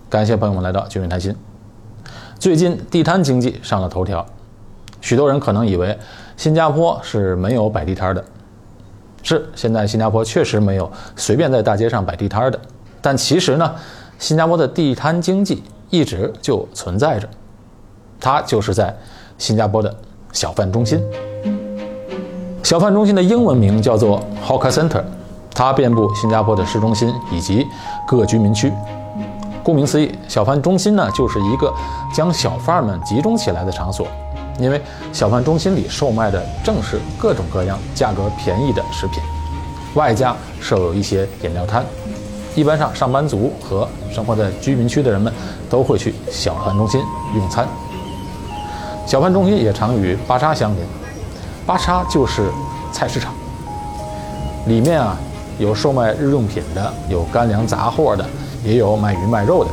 感谢朋友们来到君远谈心。最近地摊经济上了头条，许多人可能以为新加坡是没有摆地摊的。是，现在新加坡确实没有随便在大街上摆地摊的，但其实呢，新加坡的地摊经济一直就存在着，它就是在新加坡的小贩中心。小贩中心的英文名叫做 Hawker Center， 它遍布新加坡的市中心以及各居民区。顾名思义，小贩中心呢就是一个将小贩们集中起来的场所，因为小贩中心里售卖的正是各种各样价格便宜的食品，外加设有一些饮料摊。一般上上班族和生活在居民区的人们都会去小贩中心用餐。小贩中心也常与巴沙相邻，巴沙就是菜市场，里面有售卖日用品的，有干粮杂货的，也有卖鱼卖肉的。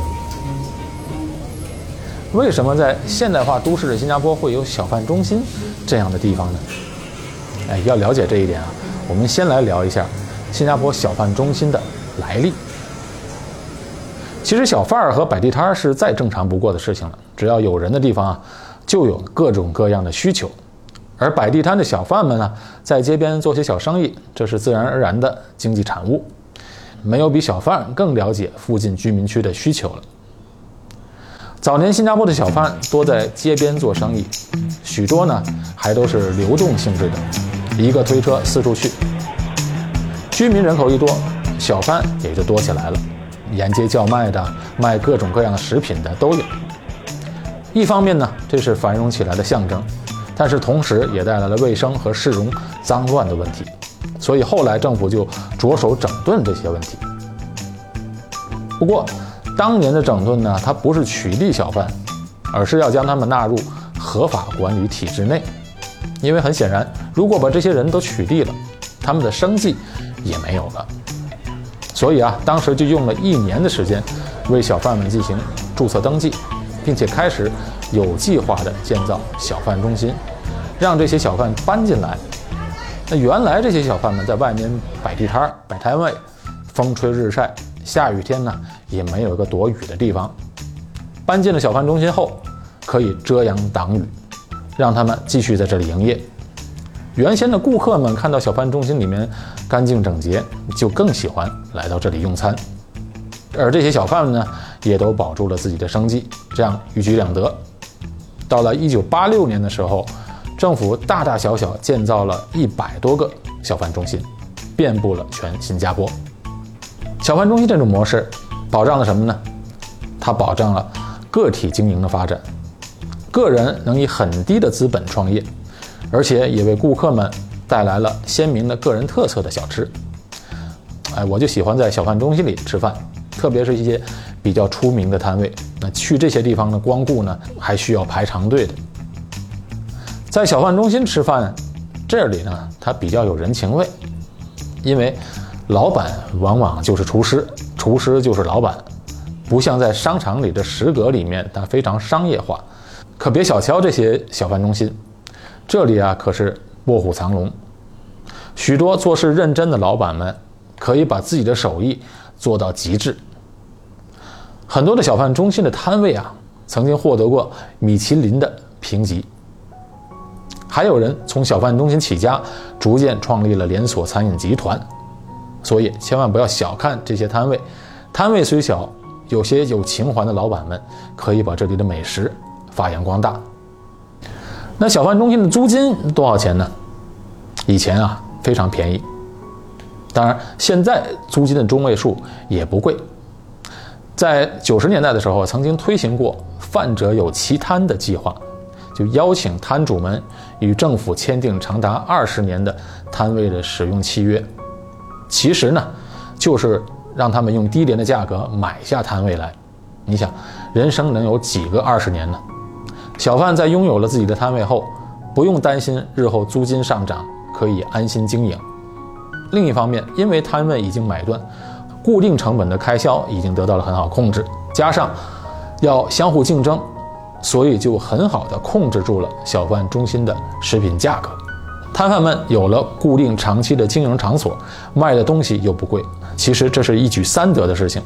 为什么在现代化都市的新加坡会有小贩中心这样的地方呢？要了解这一点我们先来聊一下新加坡小贩中心的来历。其实小贩和摆地摊是再正常不过的事情了，只要有人的地方就有各种各样的需求。而摆地摊的小贩们在街边做些小生意，这是自然而然的经济产物。没有比小贩更了解附近居民区的需求了。早年新加坡的小贩多在街边做生意，许多呢还都是流动性质的，一个推车四处去。居民人口一多，小贩也就多起来了，沿街叫卖的，卖各种各样的食品的都有。一方面呢，这是繁荣起来的象征，但是同时也带来了卫生和市容脏乱的问题，所以后来政府就着手整顿这些问题。不过当年的整顿呢，它不是取缔小贩，而是要将他们纳入合法管理体制内。因为很显然，如果把这些人都取缔了，他们的生计也没有了。所以当时就用了1年的时间为小贩们进行注册登记，并且开始有计划地建造小贩中心，让这些小贩搬进来。那原来这些小贩们在外面摆地摊摆摊位，风吹日晒，下雨天呢也没有一个躲雨的地方。搬进了小贩中心后，可以遮阳挡雨，让他们继续在这里营业。原先的顾客们看到小贩中心里面干净整洁，就更喜欢来到这里用餐。而这些小贩们呢，也都保住了自己的生计，这样一举两得。到了1986年的时候，政府大大小小建造了100多个小贩中心，遍布了全新加坡。小贩中心这种模式保障了什么呢？它保障了个体经营的发展，个人能以很低的资本创业，而且也为顾客们带来了鲜明的个人特色的小吃。我就喜欢在小贩中心里吃饭，特别是一些比较出名的摊位。那去这些地方的光顾呢，还需要排长队的。在小贩中心吃饭，这里呢，它比较有人情味，因为老板往往就是厨师，厨师就是老板，不像在商场里的食阁里面，它非常商业化。可别小瞧这些小贩中心，这里可是卧虎藏龙，许多做事认真的老板们可以把自己的手艺做到极致。很多的小贩中心的摊位曾经获得过米其林的评级。还有人从小贩中心起家，逐渐创立了连锁餐饮集团。所以千万不要小看这些摊位，摊位虽小，有些有情怀的老板们可以把这里的美食发扬光大。那小贩中心的租金多少钱呢？以前非常便宜，当然现在租金的中位数也不贵。在90年代的时候，曾经推行过贩者有其摊的计划，就邀请摊主们与政府签订长达20年的摊位的使用契约。其实呢，就是让他们用低廉的价格买下摊位来。你想，人生能有几个20年呢？小贩在拥有了自己的摊位后，不用担心日后租金上涨，可以安心经营。另一方面，因为摊位已经买断，固定成本的开销已经得到了很好控制，加上要相互竞争，所以就很好地控制住了小贩中心的食品价格。摊贩们有了固定长期的经营场所，卖的东西又不贵，其实这是一举3得的事情。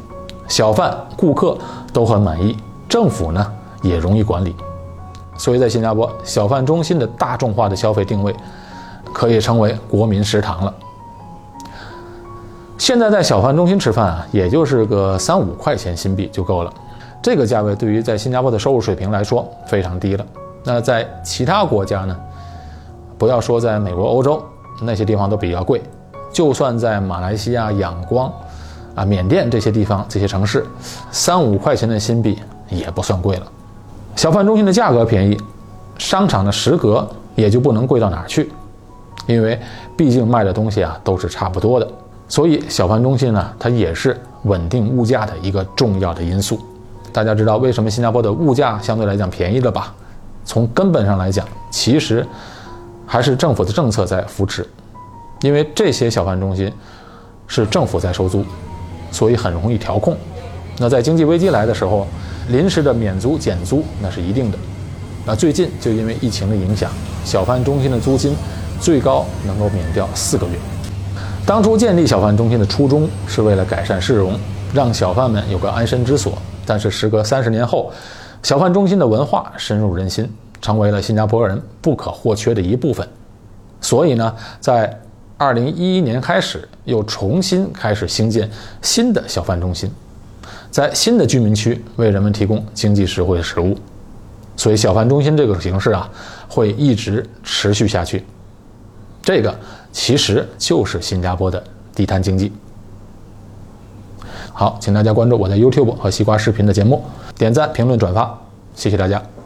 小贩、顾客都很满意，政府呢也容易管理。所以在新加坡，小贩中心的大众化的消费定位可以称为国民食堂了。现在在小贩中心吃饭啊，也就是个3-5块钱新币就够了。这个价位对于在新加坡的收入水平来说非常低了。那在其他国家呢，不要说在美国、欧洲那些地方都比较贵，就算在马来西亚、仰光啊、缅甸这些地方、这些城市，3-5块钱的新币也不算贵了。小贩中心的价格便宜，商场的食阁也就不能贵到哪儿去，因为毕竟卖的东西啊都是差不多的。所以小贩中心呢，它也是稳定物价的一个重要的因素。大家知道为什么新加坡的物价相对来讲便宜了吧？从根本上来讲，其实还是政府的政策在扶持，因为这些小贩中心是政府在收租，所以很容易调控。那在经济危机来的时候，临时的免租减租那是一定的。那最近就因为疫情的影响，小贩中心的租金最高能够免掉4个月。当初建立小贩中心的初衷是为了改善市容，让小贩们有个安身之所。但是时隔30年后，小贩中心的文化深入人心，成为了新加坡人不可或缺的一部分。所以呢，在2011年开始又重新开始兴建新的小贩中心，在新的居民区为人们提供经济实惠的食物。所以小贩中心这个形式啊，会一直持续下去。这个其实就是新加坡的地摊经济。好，请大家关注我在 YouTube 和西瓜视频的节目，点赞、评论、转发，谢谢大家。